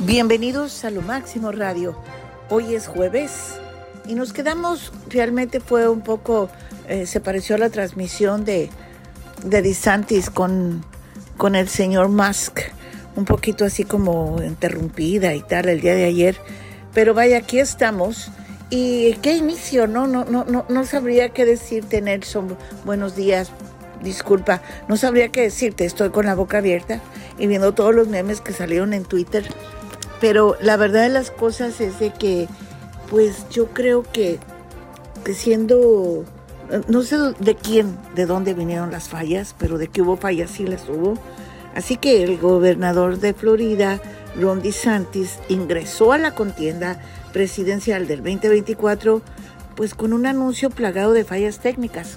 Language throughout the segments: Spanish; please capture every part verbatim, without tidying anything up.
Bienvenidos a Lo Máximo Radio. Hoy es jueves y nos quedamos, realmente fue un poco, eh, se pareció a la transmisión de, de DeSantis con, con el señor Musk, un poquito así como interrumpida y tal el día de ayer. Pero vaya, aquí estamos. Y qué inicio, ¿no? No, no, no, no sabría qué decirte, Nelson. Buenos días. Disculpa, no sabría qué decirte. Estoy con la boca abierta y viendo todos los memes que salieron en Twitter. Pero la verdad de las cosas es de que, pues yo creo que, que siendo, no sé de quién, de dónde vinieron las fallas, pero de que hubo fallas sí las hubo. Así que el gobernador de Florida, Ron DeSantis, ingresó a la contienda presidencial del veinte veinticuatro, pues con un anuncio plagado de fallas técnicas.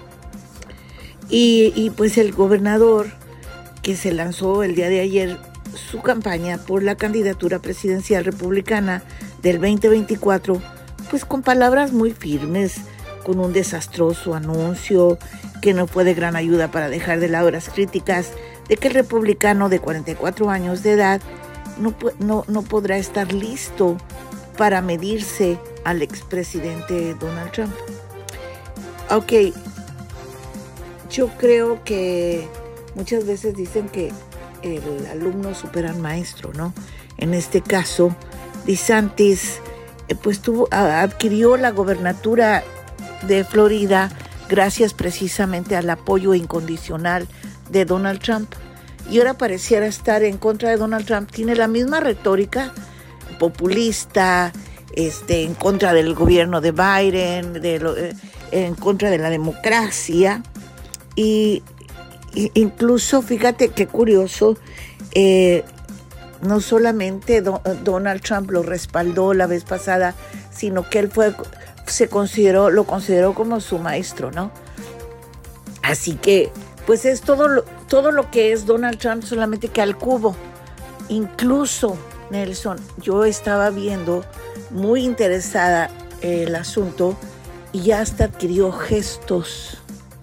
Y, y pues el gobernador que se lanzó el día de ayer su campaña por la candidatura presidencial republicana del veinte veinticuatro, pues con palabras muy firmes, con un desastroso anuncio que no fue de gran ayuda para dejar de lado las críticas de que el republicano de cuarenta y cuatro años de edad no, no, no podrá estar listo para medirse al expresidente Donald Trump. Ok, yo creo que muchas veces dicen que el alumno supera al maestro, ¿no? En este caso, DeSantis eh, pues tuvo, adquirió la gobernatura de Florida gracias precisamente al apoyo incondicional de Donald Trump. Y ahora pareciera estar en contra de Donald Trump. Tiene la misma retórica populista, este, en contra del gobierno de Biden, de lo, eh, en contra de la democracia. Y incluso, fíjate qué curioso, eh, no solamente do, Donald Trump lo respaldó la vez pasada, sino que él fue, se consideró, lo consideró como su maestro, ¿no? Así que, pues es todo lo, todo lo que es Donald Trump, solamente que al cubo. Incluso, Nelson, yo estaba viendo muy interesada el asunto y ya hasta adquirió gestos.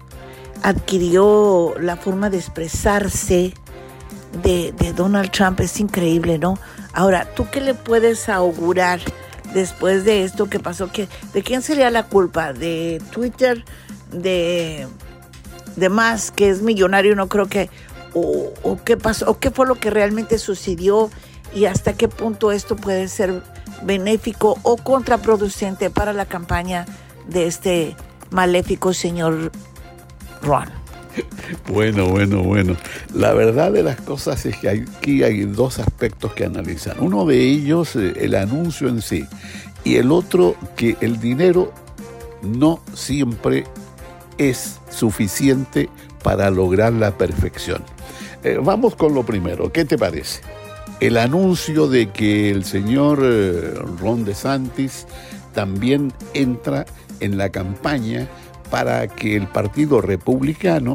Adquirió la forma de expresarse de, de Donald Trump. Es increíble, ¿no? Ahora, ¿tú qué le puedes augurar después de esto que pasó? ¿Qué, ¿De quién sería la culpa? ¿De Twitter? ¿De, de Musk, que es millonario? No creo que... O, o qué pasó, o qué fue lo que realmente sucedió y hasta qué punto esto puede ser benéfico o contraproducente para la campaña de este maléfico señor Ron. Bueno, bueno, bueno. La verdad de las cosas es que aquí hay dos aspectos que analizar. Uno de ellos, el anuncio en sí, y el otro, que el dinero no siempre es suficiente para lograr la perfección. Eh, vamos con lo primero. ¿Qué te parece? El anuncio de que el señor eh, Ron DeSantis también entra en la campaña para que el Partido Republicano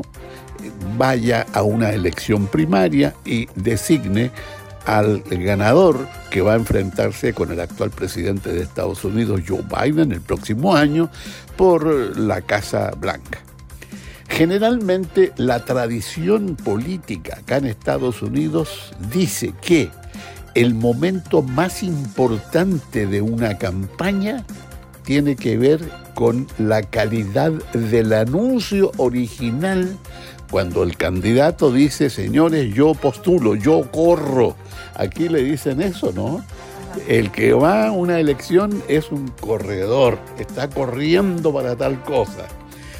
vaya a una elección primaria y designe al ganador que va a enfrentarse con el actual presidente de Estados Unidos, Joe Biden, el próximo año, por la Casa Blanca. Generalmente, la tradición política acá en Estados Unidos dice que el momento más importante de una campaña tiene que ver con la calidad del anuncio original, cuando el candidato dice, señores, yo postulo, yo corro. Aquí le dicen eso, ¿no? El que va a una elección es un corredor, está corriendo para tal cosa.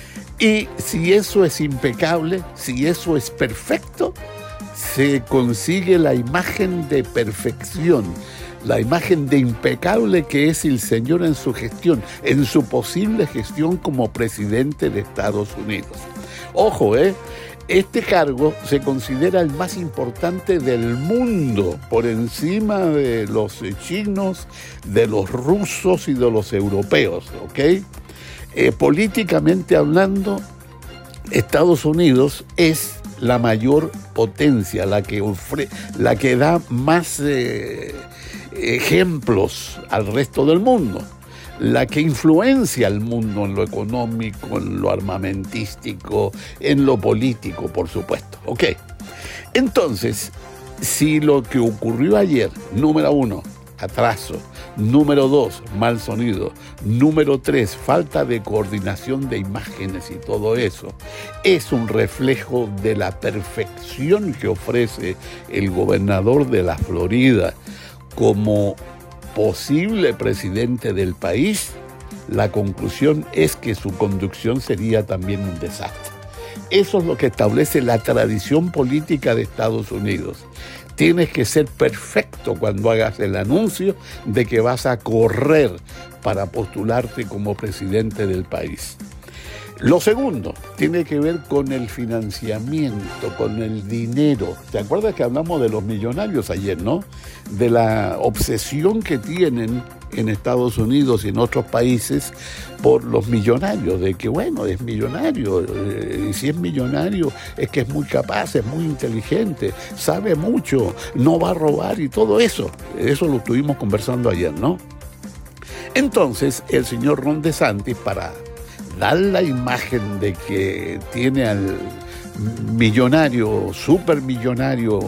Y si eso es impecable, si eso es perfecto, se consigue la imagen de perfección, la imagen de impecable que es el señor en su gestión, en su posible gestión como presidente de Estados Unidos. Ojo, ¿eh? Este cargo se considera el más importante del mundo, por encima de los chinos, de los rusos y de los europeos, ¿ok? Eh, políticamente hablando, Estados Unidos es la mayor potencia, la que, ofre, la que da más eh, ejemplos al resto del mundo, la que influencia al mundo en lo económico, en lo armamentístico, en lo político, por supuesto. Ok, entonces, si lo que ocurrió ayer, número uno, atraso, número dos, mal sonido, número tres, falta de coordinación de imágenes y todo eso, es un reflejo de la perfección que ofrece el gobernador de la Florida como posible presidente del país, la conclusión es que su conducción sería también un desastre. Eso es lo que establece la tradición política de Estados Unidos. Tienes que ser perfecto cuando hagas el anuncio de que vas a correr para postularte como presidente del país. Lo segundo tiene que ver con el financiamiento, con el dinero. ¿Te acuerdas que hablamos de los millonarios ayer, no? De la obsesión que tienen en Estados Unidos y en otros países por los millonarios, de que bueno, es millonario, eh, y si es millonario es que es muy capaz, es muy inteligente, sabe mucho, no va a robar y todo eso. Eso lo estuvimos conversando ayer, ¿no? Entonces, el señor Ron DeSantis, para dar la imagen de que tiene al millonario, supermillonario,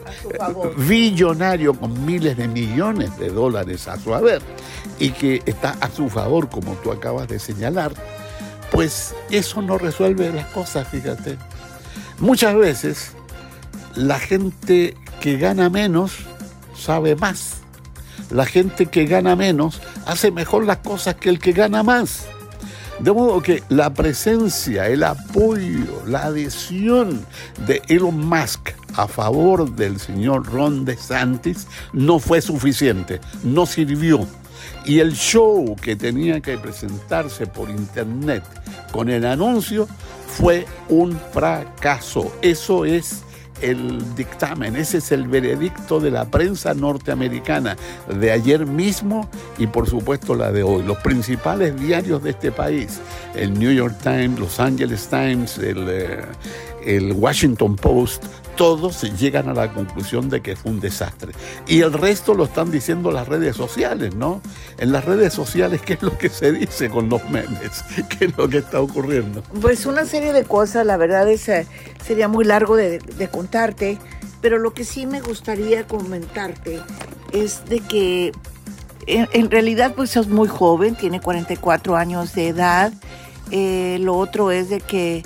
billonario con miles de millones de dólares a su haber y que está a su favor, como tú acabas de señalar, pues eso no resuelve las cosas, fíjate. Muchas veces la gente que gana menos sabe más. La gente que gana menos hace mejor las cosas que el que gana más. De modo que la presencia, el apoyo, la adhesión de Elon Musk a favor del señor Ron DeSantis no fue suficiente, no sirvió. Y el show que tenía que presentarse por internet con el anuncio fue un fracaso. Eso es el dictamen, ese es el veredicto de la prensa norteamericana de ayer mismo y por supuesto la de hoy. Los principales diarios de este país, el New York Times, Los Angeles Times, el, eh, el Washington Post, todos llegan a la conclusión de que fue un desastre. Y el resto lo están diciendo las redes sociales, ¿no? En las redes sociales, ¿qué es lo que se dice con los memes? ¿Qué es lo que está ocurriendo? Pues una serie de cosas, la verdad es, eh, sería muy largo de, de contarte, pero lo que sí me gustaría comentarte es de que en, en realidad pues es muy joven, tiene cuarenta y cuatro años de edad. Eh, lo otro es de que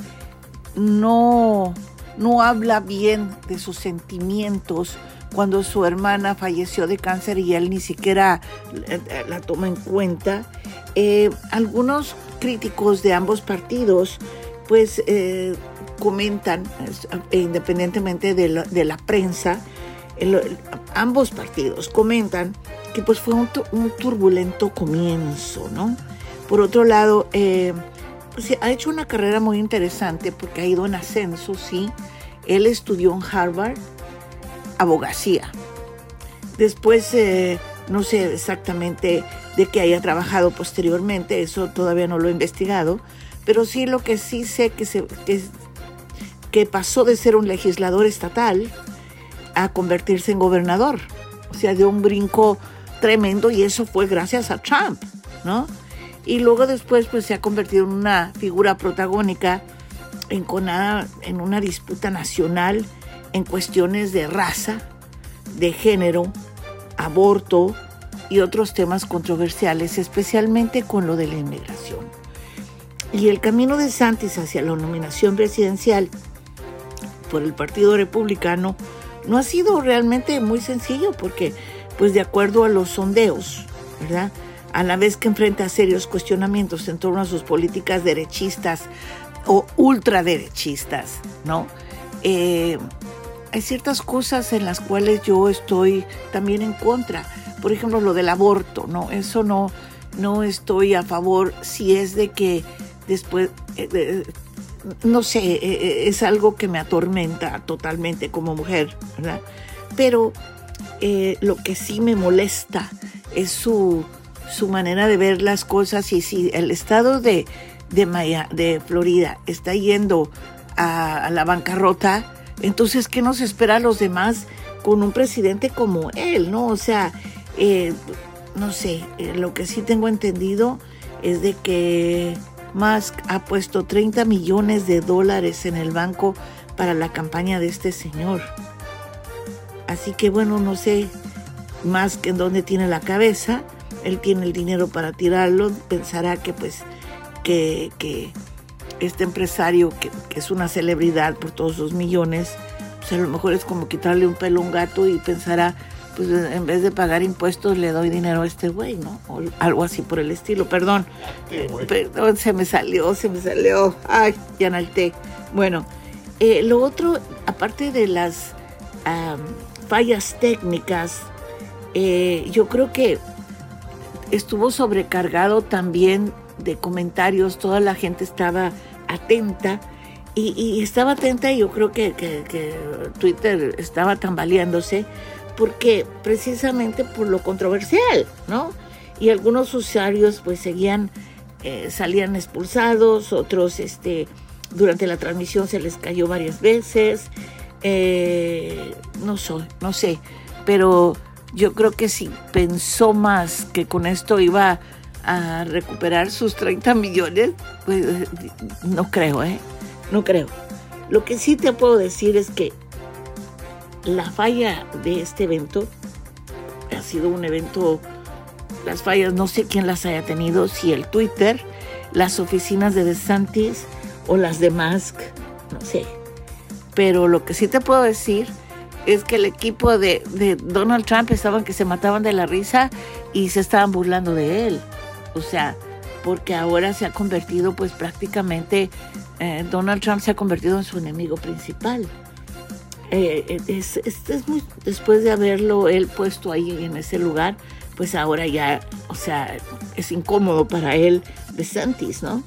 no... no habla bien de sus sentimientos cuando su hermana falleció de cáncer y él ni siquiera la toma en cuenta. Eh, algunos críticos de ambos partidos pues eh, comentan, eh, independientemente de la, de la prensa, el, ambos partidos comentan que pues fue un, un turbulento comienzo, ¿no? Por otro lado, eh, pues ha hecho una carrera muy interesante porque ha ido en ascenso, sí. Él estudió en Harvard abogacía. Después, eh, no sé exactamente de qué haya trabajado posteriormente, eso todavía no lo he investigado, pero sí lo que sí sé que, se, que, que pasó de ser un legislador estatal a convertirse en gobernador. O sea, dio un brinco tremendo y eso fue gracias a Trump, ¿no? Y luego después pues se ha convertido en una figura protagónica enconada en una disputa nacional en cuestiones de raza, de género, aborto y otros temas controversiales, especialmente con lo de la inmigración. Y el camino de DeSantis hacia la nominación presidencial por el Partido Republicano no ha sido realmente muy sencillo porque, pues de acuerdo a los sondeos, ¿verdad?, a la vez que enfrenta serios cuestionamientos en torno a sus políticas derechistas o ultraderechistas, ¿no? Eh, hay ciertas cosas en las cuales yo estoy también en contra. Por ejemplo, lo del aborto, ¿no? Eso no, no estoy a favor si es de que después, eh, eh, no sé, eh, es algo que me atormenta totalmente como mujer, ¿verdad? Pero eh, lo que sí me molesta es su... su manera de ver las cosas, y si el estado de, de, Maya, de Florida está yendo a, a la bancarrota, entonces ¿qué nos espera a los demás con un presidente como él, no? O sea, eh, no sé, eh, lo que sí tengo entendido es de que Musk ha puesto treinta millones de dólares en el banco para la campaña de este señor. Así que bueno, no sé más que en dónde tiene la cabeza. Él tiene el dinero para tirarlo, pensará que pues que, que este empresario que, que es una celebridad por todos sus millones, pues a lo mejor es como quitarle un pelo a un gato y pensará, pues en vez de pagar impuestos le doy dinero a este güey, ¿no? O algo así por el estilo. Perdón, eh, perdón, se me salió, se me salió. Ay, ya nalté. Bueno, eh, lo otro, aparte de las um, fallas técnicas, eh, yo creo que estuvo sobrecargado también de comentarios. Toda la gente estaba atenta y, y estaba atenta y yo creo que, que, que Twitter estaba tambaleándose porque precisamente por lo controversial, ¿no? Y algunos usuarios pues seguían, eh, salían expulsados, otros este, durante la transmisión se les cayó varias veces, eh, no soy, no sé, pero yo creo que si pensó más que con esto iba a recuperar sus treinta millones, pues no creo, ¿eh? No creo. Lo que sí te puedo decir es que la falla de este evento ha sido un evento, las fallas no sé quién las haya tenido, si el Twitter, las oficinas de DeSantis o las de Musk, no sé. Pero lo que sí te puedo decir es que el equipo de, de Donald Trump estaban que se mataban de la risa y se estaban burlando de él. O sea, porque ahora se ha convertido, pues prácticamente, eh, Donald Trump se ha convertido en su enemigo principal. Eh, es, es, es muy, después de haberlo él puesto ahí en ese lugar, pues ahora ya, o sea, es incómodo para él DeSantis, ¿no?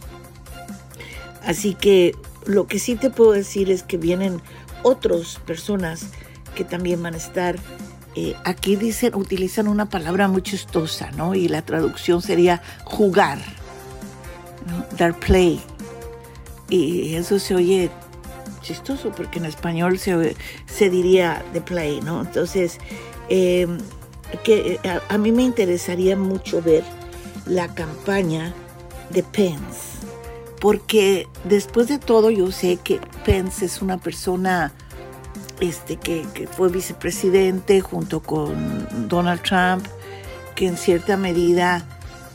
Así que lo que sí te puedo decir es que vienen otras personas que también van a estar, eh, aquí dicen, utilizan una palabra muy chistosa, ¿no? Y la traducción sería jugar, ¿no? Dar play. Y eso se oye chistoso porque en español se, se diría the play, ¿no? Entonces, eh, que a, a mí me interesaría mucho ver la campaña de Pence, porque después de todo yo sé que Pence es una persona este, que, que fue vicepresidente junto con Donald Trump, que en cierta medida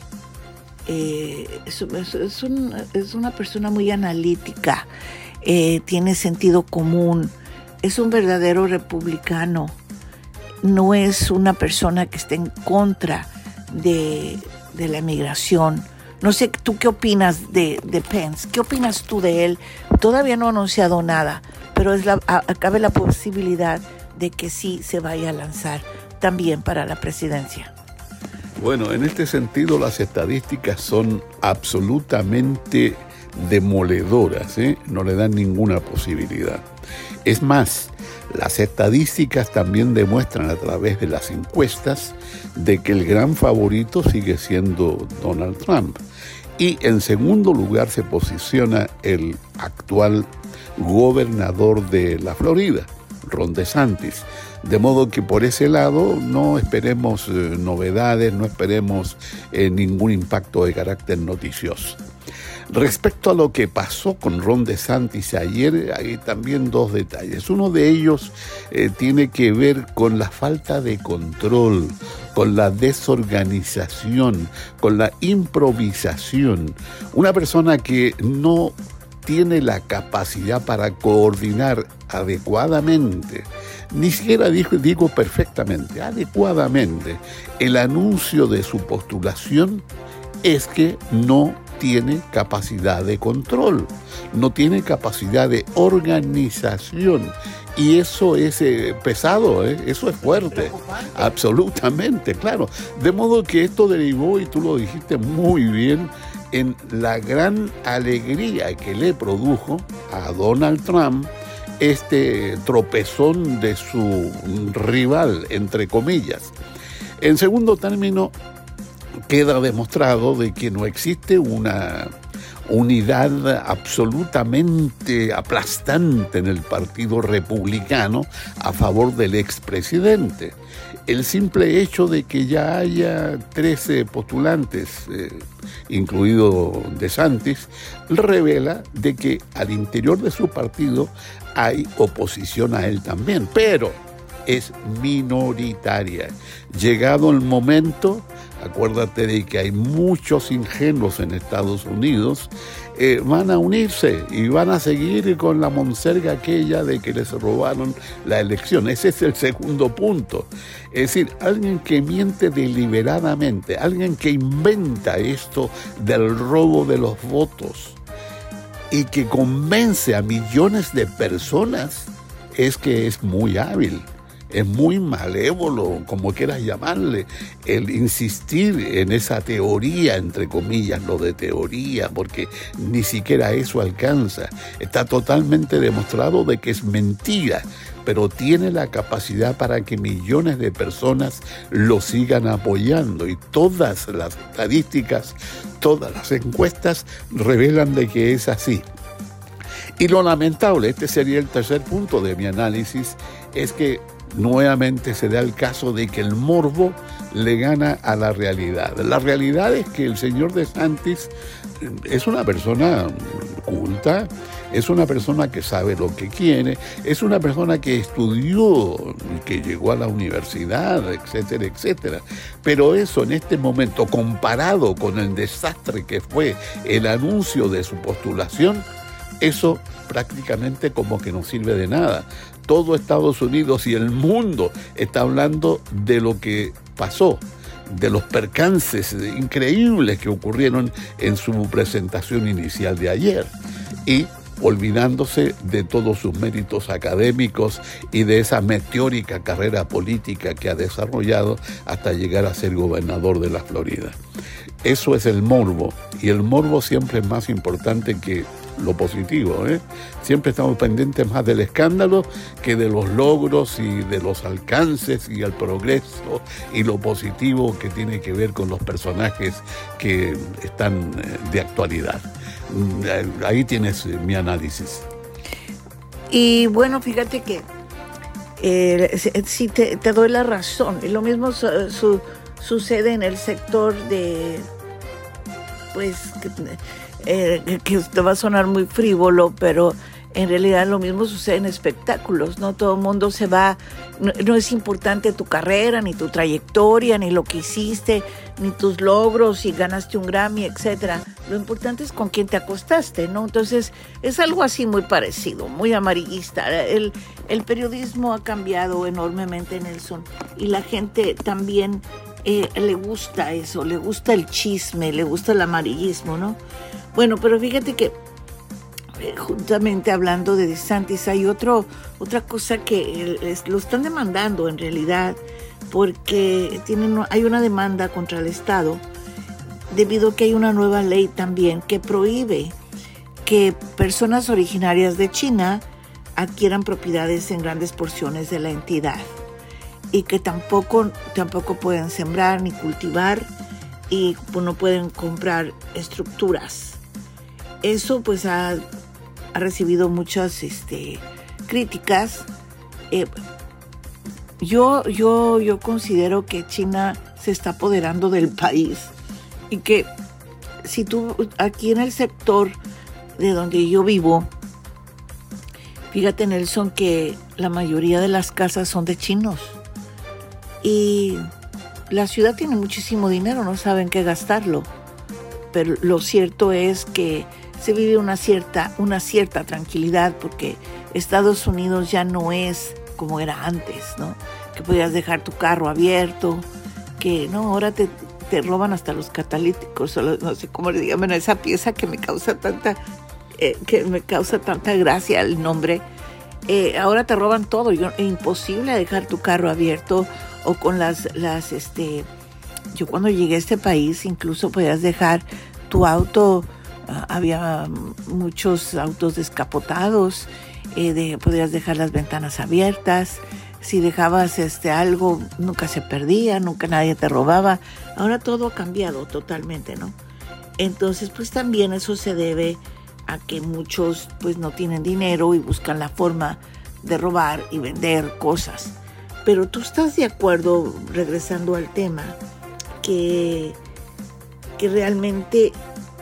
eh, es, es, es, un, es una persona muy analítica, eh, tiene sentido común, es un verdadero republicano, no es una persona que esté en contra de, de la emigración. No sé, ¿tú qué opinas de, de Pence? ¿Qué opinas tú de él? Todavía no ha anunciado nada, pero es la, a, cabe la posibilidad de que sí se vaya a lanzar también para la presidencia. Bueno, en este sentido las estadísticas son absolutamente demoledoras, ¿eh? No le dan ninguna posibilidad. Es más, las estadísticas también demuestran a través de las encuestas de que el gran favorito sigue siendo Donald Trump. Y en segundo lugar se posiciona el actual gobernador de la Florida, Ron DeSantis. De modo que por ese lado no esperemos eh, novedades, no esperemos eh, ningún impacto de carácter noticioso. Respecto a lo que pasó con Ron DeSantis ayer, hay también dos detalles. Uno de ellos eh, tiene que ver con la falta de control, con la desorganización, con la improvisación. Una persona que no tiene la capacidad para coordinar adecuadamente, ni siquiera digo, digo perfectamente, adecuadamente, el anuncio de su postulación, es que no tiene capacidad de control, no tiene capacidad de organización. Y eso es eh, pesado, ¿eh? Eso es fuerte, absolutamente, claro. De modo que esto derivó, y tú lo dijiste muy bien, en la gran alegría que le produjo a Donald Trump este tropezón de su rival, entre comillas. En segundo término, queda demostrado de que no existe una unidad absolutamente aplastante en el Partido Republicano a favor del expresidente. El simple hecho de que ya haya trece postulantes, eh, incluido DeSantis, revela de que al interior de su partido hay oposición a él también. Pero es minoritaria. Llegado el momento, acuérdate de que hay muchos ingenuos en Estados Unidos, eh, van a unirse y van a seguir con la monserga aquella de que les robaron la elección. Ese es el segundo punto. Es decir, alguien que miente deliberadamente, alguien que inventa esto del robo de los votos y que convence a millones de personas, es que es muy hábil. Es muy malévolo, como quieras llamarle, el insistir en esa teoría, entre comillas, lo de teoría, porque ni siquiera eso alcanza. Está totalmente demostrado de que es mentira, pero tiene la capacidad para que millones de personas lo sigan apoyando. Y todas las estadísticas, todas las encuestas revelan de que es así. Y lo lamentable, este sería el tercer punto de mi análisis, es que nuevamente se da el caso de que el morbo le gana a la realidad. La realidad es que el señor DeSantis es una persona culta, es una persona que sabe lo que quiere, es una persona que estudió, que llegó a la universidad, etcétera, etcétera. Pero eso en este momento, comparado con el desastre que fue el anuncio de su postulación, eso prácticamente como que no sirve de nada. Todo Estados Unidos y el mundo está hablando de lo que pasó, de los percances increíbles que ocurrieron en su presentación inicial de ayer, y olvidándose de todos sus méritos académicos y de esa meteórica carrera política que ha desarrollado hasta llegar a ser gobernador de la Florida. Eso es el morbo, y el morbo siempre es más importante que lo positivo, ¿eh? Siempre estamos pendientes más del escándalo que de los logros y de los alcances y el progreso y lo positivo que tiene que ver con los personajes que están de actualidad. Ahí tienes mi análisis. Y bueno, fíjate que eh, sí te, te doy la razón. Y lo mismo su, su, sucede en el sector de, pues, que, eh, que te va a sonar muy frívolo, pero en realidad lo mismo sucede en espectáculos, ¿no? Todo el mundo se va, no, no es importante tu carrera, ni tu trayectoria, ni lo que hiciste, ni tus logros, si ganaste un Grammy, etcétera. Lo importante es con quién te acostaste, ¿no? Entonces, es algo así muy parecido, muy amarillista. El, el periodismo ha cambiado enormemente, Nelson, y la gente también eh, le gusta eso, le gusta el chisme, le gusta el amarillismo, ¿no? Bueno, pero fíjate que juntamente hablando de DeSantis, hay otro, otra cosa que es, lo están demandando en realidad, porque tienen, hay una demanda contra el Estado debido a que hay una nueva ley también que prohíbe que personas originarias de China adquieran propiedades en grandes porciones de la entidad, y que tampoco, tampoco pueden sembrar ni cultivar, y pues, no pueden comprar estructuras. Eso pues ha ha recibido muchas este, críticas. Eh, yo, yo, yo considero que China se está apoderando del país, y que si tú aquí en el sector de donde yo vivo, fíjate, Nelson, que la mayoría de las casas son de chinos, y la ciudad tiene muchísimo dinero, no saben qué gastarlo, pero lo cierto es que se vive una cierta, una cierta tranquilidad, porque Estados Unidos ya no es como era antes, ¿no? Que podías dejar tu carro abierto, que no, ahora te, te roban hasta los catalíticos, o los, no sé cómo le digan, bueno, esa pieza que me causa tanta, eh, que me causa tanta gracia el nombre, eh, ahora te roban todo. Yo, es imposible dejar tu carro abierto, o con las, las, este, yo cuando llegué a este país incluso podías dejar tu auto. Había muchos autos descapotados, eh, de, podías dejar las ventanas abiertas. Si dejabas este, algo, nunca se perdía, nunca nadie te robaba. Ahora todo ha cambiado totalmente, ¿no? Entonces, pues también eso se debe a que muchos pues no tienen dinero y buscan la forma de robar y vender cosas. Pero tú estás de acuerdo, regresando al tema, que, que realmente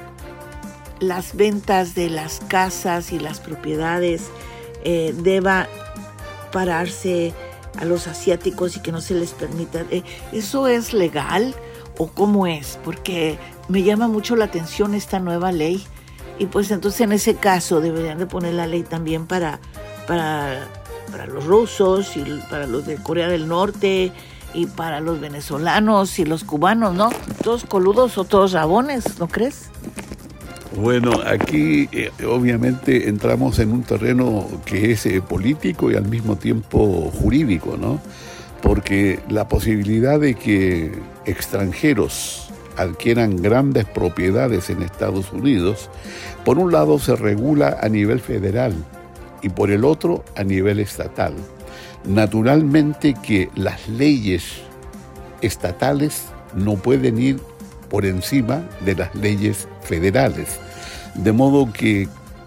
las ventas de las casas y las propiedades eh, deba pararse a los asiáticos y que no se les permita. Eh, ¿Eso es legal o cómo es? Porque me llama mucho la atención esta nueva ley y pues entonces en ese caso deberían de poner la ley también para, para, para los rusos y para los de Corea del Norte y para los venezolanos y los cubanos, ¿no? Todos coludos o todos rabones, ¿no crees? Bueno, aquí eh, obviamente entramos en un terreno que es eh, político y al mismo tiempo jurídico, ¿no? Porque la posibilidad de que extranjeros adquieran grandes propiedades en Estados Unidos, por un lado se regula a nivel federal y por el otro a nivel estatal. Naturalmente que las leyes estatales no pueden ir por encima de las leyes federales. De modo que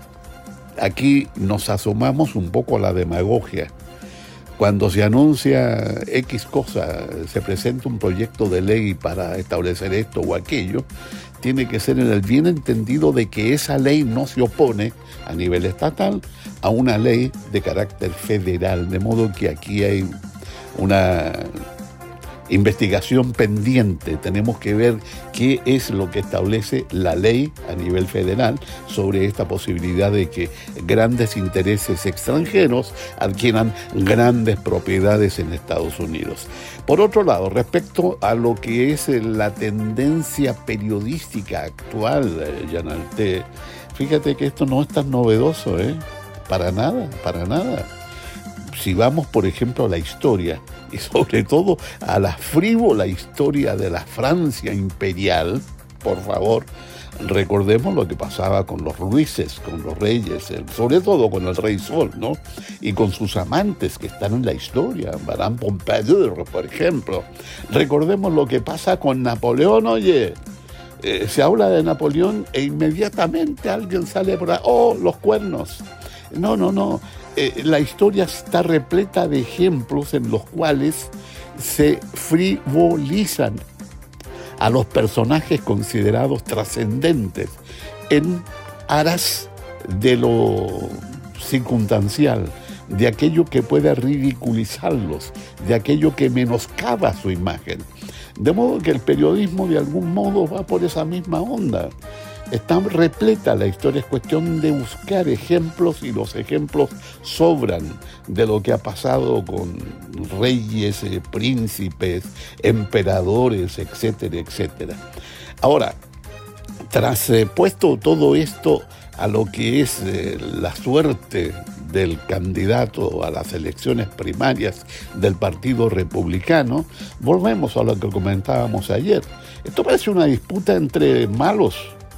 aquí nos asomamos un poco a la demagogia. Cuando se anuncia X cosa, se presenta un proyecto de ley para establecer esto o aquello, tiene que ser en el bien entendido de que esa ley no se opone a nivel estatal a una ley de carácter federal. De modo que aquí hay una investigación pendiente. Tenemos que ver qué es lo que establece la ley a nivel federal sobre esta posibilidad de que grandes intereses extranjeros adquieran grandes propiedades en Estados Unidos. Por otro lado, respecto a lo que es la tendencia periodística actual, Yanalte, fíjate que esto no es tan novedoso, ¿eh? Para nada, para nada. Si vamos, por ejemplo, a la historia, y sobre todo a la frívola historia de la Francia imperial, por favor, recordemos lo que pasaba con los Luises, con los reyes, sobre todo con el rey Sol, ¿no? Y con sus amantes que están en la historia, Madame Pompadour, por ejemplo. Recordemos lo que pasa con Napoleón, oye. Eh, se habla de Napoleón e inmediatamente alguien sale por ahí, ¡oh, los cuernos! No, no, no. Eh, la historia está repleta de ejemplos en los cuales se frivolizan a los personajes considerados trascendentes en aras de lo circunstancial, de aquello que puede ridiculizarlos, de aquello que menoscaba su imagen. De modo que el periodismo de algún modo va por esa misma onda. Está repleta la historia, es cuestión de buscar ejemplos y los ejemplos sobran de lo que ha pasado con reyes, eh, príncipes, emperadores, etcétera, etcétera. Ahora, tras eh, puesto todo esto a lo que es eh, la suerte del candidato a las elecciones primarias del Partido Republicano, volvemos a lo que comentábamos ayer. Esto parece una disputa entre malos.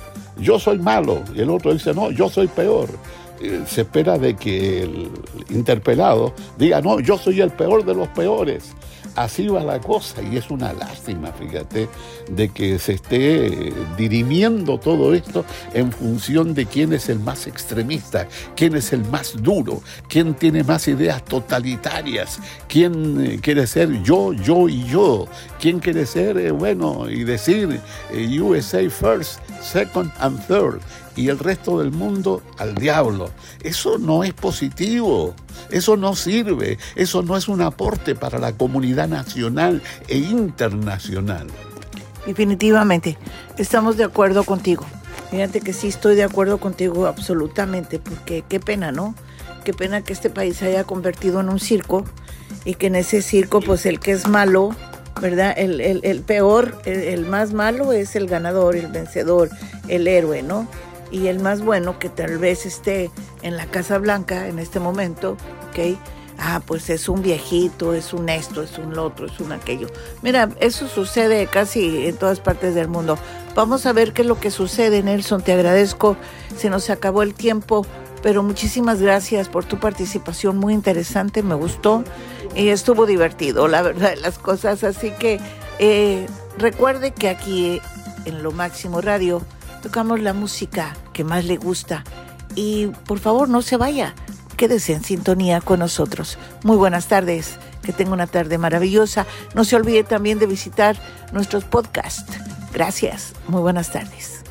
Yo soy malo, y el otro dice, no, yo soy peor. Eh, se espera de que el interpelado diga, no, yo soy el peor de los peores. Así va la cosa y es una lástima, fíjate, de que se esté dirimiendo todo esto en función de quién es el más extremista, quién es el más duro, quién tiene más ideas totalitarias, quién quiere ser yo, yo y yo, quién quiere ser, eh, bueno, y decir eh, U S A first, second and third, y el resto del mundo al diablo. Eso no es positivo, eso no sirve, eso no es un aporte para la comunidad nacional e internacional. Definitivamente, estamos de acuerdo contigo. Fíjate que sí estoy de acuerdo contigo absolutamente, porque qué pena, ¿no? Qué pena que este país se haya convertido en un circo y que en ese circo, pues el que es malo, ¿verdad? El, el, el peor, el, el más malo es el ganador, el vencedor, el héroe, ¿no? Y el más bueno, que tal vez esté en la Casa Blanca en este momento, ¿ok? Ah, pues es un viejito, es un esto, es un lo otro, es un aquello. Mira, eso sucede casi en todas partes del mundo. Vamos a ver qué es lo que sucede, Nelson. Te agradezco. Se nos acabó el tiempo, pero muchísimas gracias por tu participación. Muy interesante, me gustó y estuvo divertido, la verdad, de las cosas. Así que eh, recuerde que aquí en Lo Máximo Radio tocamos la música que más le gusta y por favor no se vaya, quédese en sintonía con nosotros. Muy buenas tardes, que tenga una tarde maravillosa. No se olvide también de visitar nuestros podcasts. Gracias, muy buenas tardes.